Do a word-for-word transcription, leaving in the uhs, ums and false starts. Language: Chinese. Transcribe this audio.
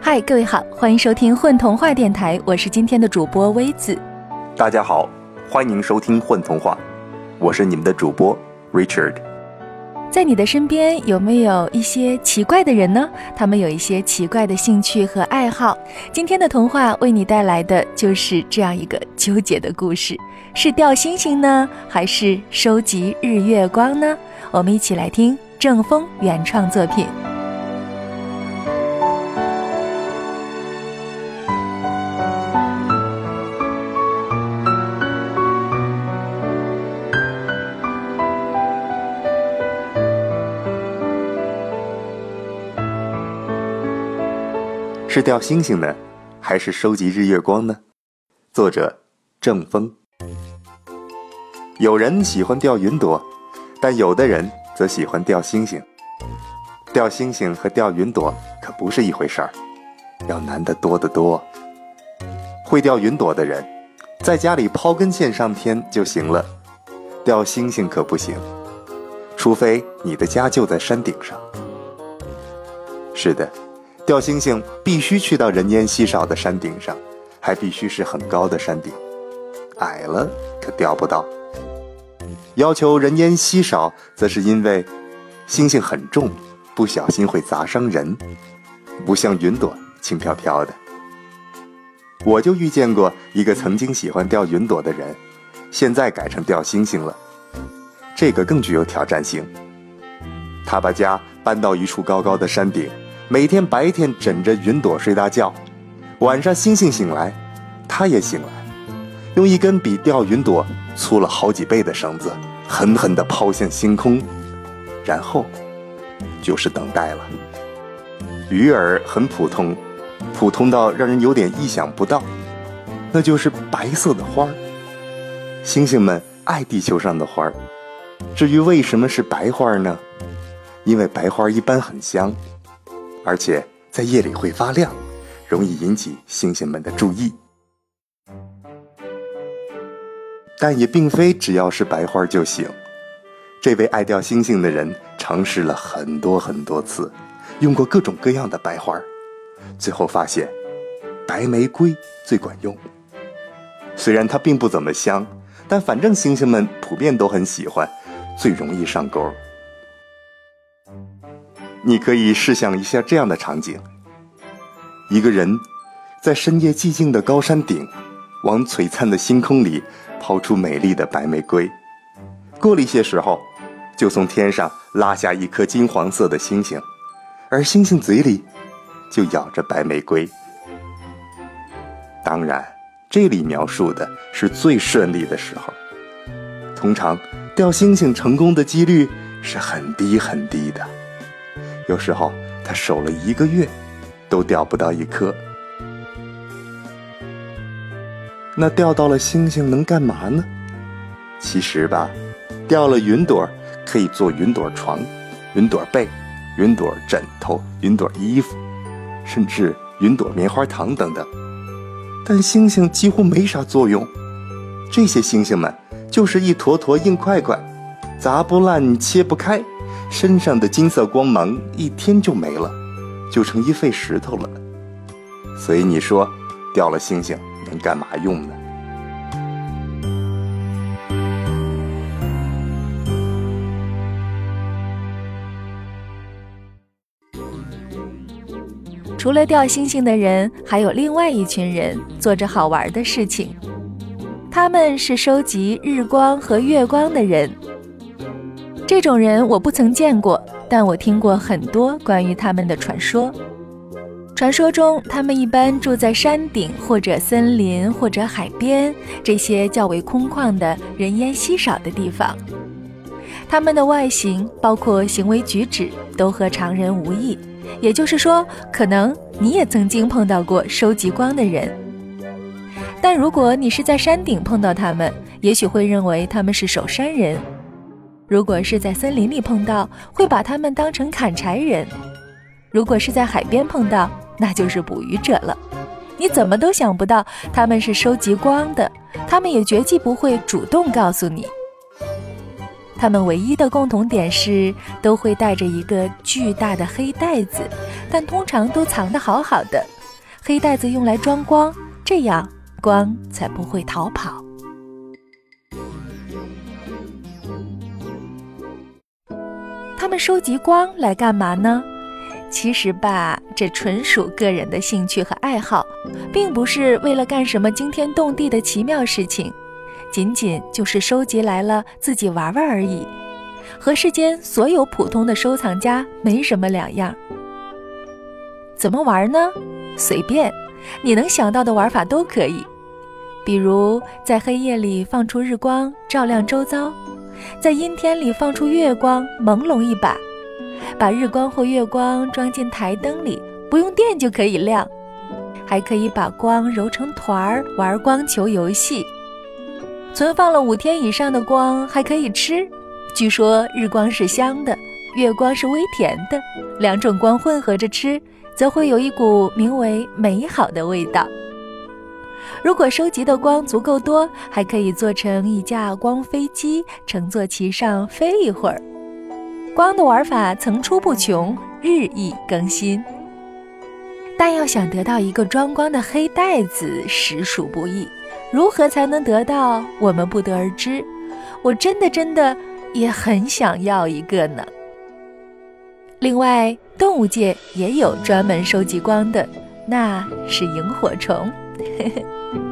嗨，各位好，欢迎收听混童话电台，我是今天的主播微子。 大家好，欢迎收听混童话，我是你们的主播 Richard。 在你的身边有没有一些奇怪的人呢？他们有一些奇怪的兴趣和爱好。今天的童话为你带来的就是这样一个纠结的故事，是钓星星呢，还是收集日月光呢？我们一起来听郑风原创作品。 是钓星星呢，还是收集日月光呢？作者郑风。有人喜欢钓云朵，但有的人则喜欢钓星星。钓星星和钓云朵可不是一回事儿，要难得多得多。会钓云朵的人，在家里抛根线上天就行了，钓星星可不行，除非你的家就在山顶上。是的，钓星星必须去到人烟稀少的山顶上，还必须是很高的山顶，矮了可钓不到。要求人烟稀少，则是因为星星很重，不小心会砸伤人，不像云朵轻飘飘的。我就遇见过一个曾经喜欢钓云朵的人，现在改成钓星星了，这个更具有挑战性。他把家搬到一处高高的山顶，每天白天枕着云朵睡大觉，晚上星星醒来，他也醒来，用一根比钓云朵粗了好几倍的绳子狠狠地抛向星空，然后就是等待了。鱼饵很普通，普通到让人有点意想不到，那就是白色的花儿。星星们爱地球上的花儿，至于为什么是白花呢？因为白花一般很香，而且在夜里会发亮，容易引起星星们的注意。但也并非只要是白花就行。这位爱钓星星的人尝试了很多很多次，用过各种各样的白花，最后发现白玫瑰最管用。虽然它并不怎么香，但反正星星们普遍都很喜欢，最容易上钩。你可以试想一下这样的场景：一个人在深夜寂静的高山顶，往璀璨的星空里抛出美丽的白玫瑰，过了一些时候，就从天上拉下一颗金黄色的星星，而星星嘴里就咬着白玫瑰。当然，这里描述的是最顺利的时候，通常钓星星成功的几率是很低很低的，有时候他守了一个月都钓不到一颗。那钓到了星星能干嘛呢？其实吧，钓了云朵可以做云朵床、云朵被、云朵枕头、云朵衣服，甚至云朵棉花糖等等。但星星几乎没啥作用，这些星星们就是一坨坨硬块块，砸不烂切不开，身上的金色光芒一天就没了，就成一废石头了。所以你说钓了星星能干嘛用呢？ 除了钓星星的人，还有另外一群人做着好玩的事情。他们是收集日光和月光的人。这种人我不曾见过，但我听过很多关于他们的传说。传说中，他们一般住在山顶或者森林或者海边，这些较为空旷的人烟稀少的地方。他们的外形包括行为举止都和常人无异，也就是说，可能你也曾经碰到过收集光的人。但如果你是在山顶碰到他们，也许会认为他们是守山人；如果是在森林里碰到，会把他们当成砍柴人；如果是在海边碰到，那就是捕鱼者了。你怎么都想不到他们是收集光的，他们也绝技不会主动告诉你。他们唯一的共同点是都会带着一个巨大的黑袋子，但通常都藏得好好的， 黑袋子用来装光，这样光才不会逃跑。他们收集光来干嘛呢？其实吧，这纯属个人的兴趣和爱好，并不是为了干什么惊天动地的奇妙事情，仅仅就是收集来了自己玩玩而已，和世间所有普通的收藏家没什么两样。怎么玩呢？随便，你能想到的玩法都可以。比如在黑夜里放出日光照亮周遭，在阴天里放出月光朦胧一把，把日光或月光装进台灯里，不用电就可以亮。还可以把光揉成团儿玩光球游戏。存放了五天以上的光还可以吃，据说日光是香的，月光是微甜的，两种光混合着吃，则会有一股名为美好的味道。如果收集的光足够多，还可以做成一架光飞机，乘坐其上飞一会儿。光的玩法层出不穷，日益更新。但要想得到一个装光的黑袋子，实属不易。如何才能得到，我们不得而知。我真的真的也很想要一个呢。另外，动物界也有专门收集光的，那是萤火虫。